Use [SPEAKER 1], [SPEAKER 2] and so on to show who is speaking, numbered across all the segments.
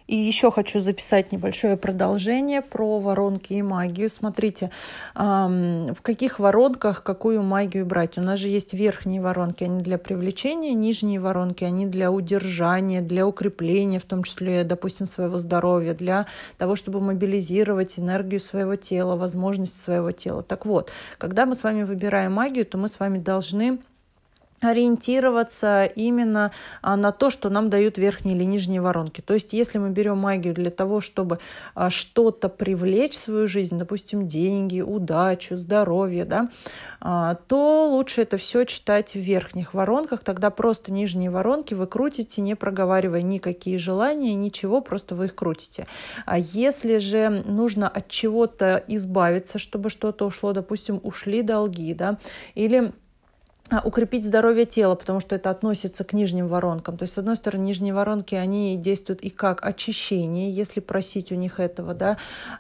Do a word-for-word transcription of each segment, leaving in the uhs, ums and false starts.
[SPEAKER 1] И еще хочу записать небольшое продолжение про воронки и магию. Смотрите, в каких воронках какую магию брать. У нас же есть верхние воронки, они для привлечения, нижние воронки, они для удержания, для укрепления, в том числе, допустим, своего здоровья, для того, чтобы мобилизировать энергию своего тела, возможности своего тела. Так вот, когда мы с вами выбираем магию, то мы с вами должны ориентироваться именно на то, что нам дают верхние или нижние воронки. То есть, если мы берем магию для того, чтобы что-то привлечь в свою жизнь, допустим, деньги, удачу, здоровье, да, то лучше это все читать в верхних воронках. Тогда просто нижние воронки вы крутите, не проговаривая никакие желания, ничего, просто вы их крутите. А если же нужно от чего-то избавиться, чтобы что-то ушло, допустим, ушли долги, да, или укрепить здоровье тела, потому что это относится к нижним воронкам. То есть, с одной стороны, нижние воронки, они действуют и как очищение, если просить у них этого, да.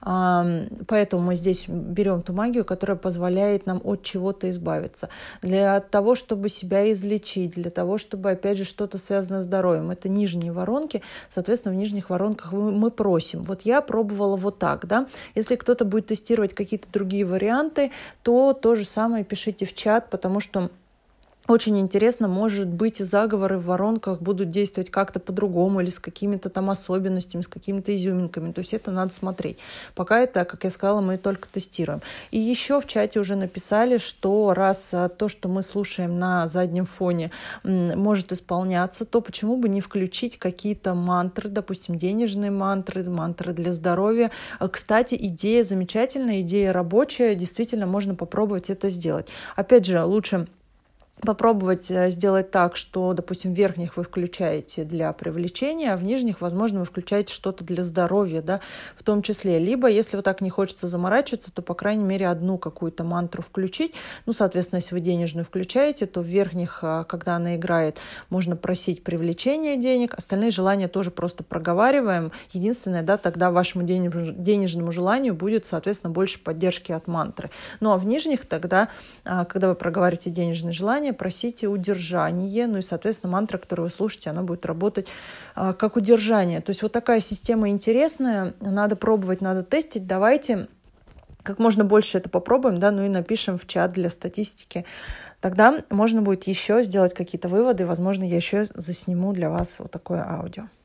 [SPEAKER 1] Поэтому мы здесь берем ту магию, которая позволяет нам от чего-то избавиться. Для того, чтобы себя излечить, для того, чтобы, опять же, что-то связано с здоровьем. Это нижние воронки, соответственно, в нижних воронках мы просим. Вот я пробовала вот так, да. Если кто-то будет тестировать какие-то другие варианты, то то же самое пишите в чат, потому что очень интересно, может быть, заговоры в воронках будут действовать как-то по-другому или с какими-то там особенностями, с какими-то изюминками. То есть это надо смотреть. Пока это, как я сказала, мы только тестируем. И еще в чате уже написали, что раз то, что мы слушаем на заднем фоне, может исполняться, то почему бы не включить какие-то мантры, допустим, денежные мантры, мантры для здоровья. Кстати, идея замечательная, идея рабочая. Действительно, можно попробовать это сделать. Опять же, лучше попробовать сделать так, что, допустим, в верхних вы включаете для привлечения, а в нижних, возможно, вы включаете что-то для здоровья, да, в том числе. Либо, если вот так не хочется заморачиваться, то, по крайней мере, одну какую-то мантру включить. Ну, соответственно, если вы денежную включаете, то в верхних, когда она играет, можно просить привлечения денег. Остальные желания тоже просто проговариваем. Единственное, да, тогда вашему денежному желанию будет, соответственно, больше поддержки от мантры. Ну, а в нижних тогда, когда вы проговариваете денежные желания, просите удержание, ну и, соответственно, мантра, которую вы слушаете, она будет работать а, как удержание. То есть вот такая система интересная, надо пробовать, надо тестить. Давайте как можно больше это попробуем, да, ну и напишем в чат для статистики. Тогда можно будет еще сделать какие-то выводы, и, возможно, я еще засниму для вас вот такое аудио.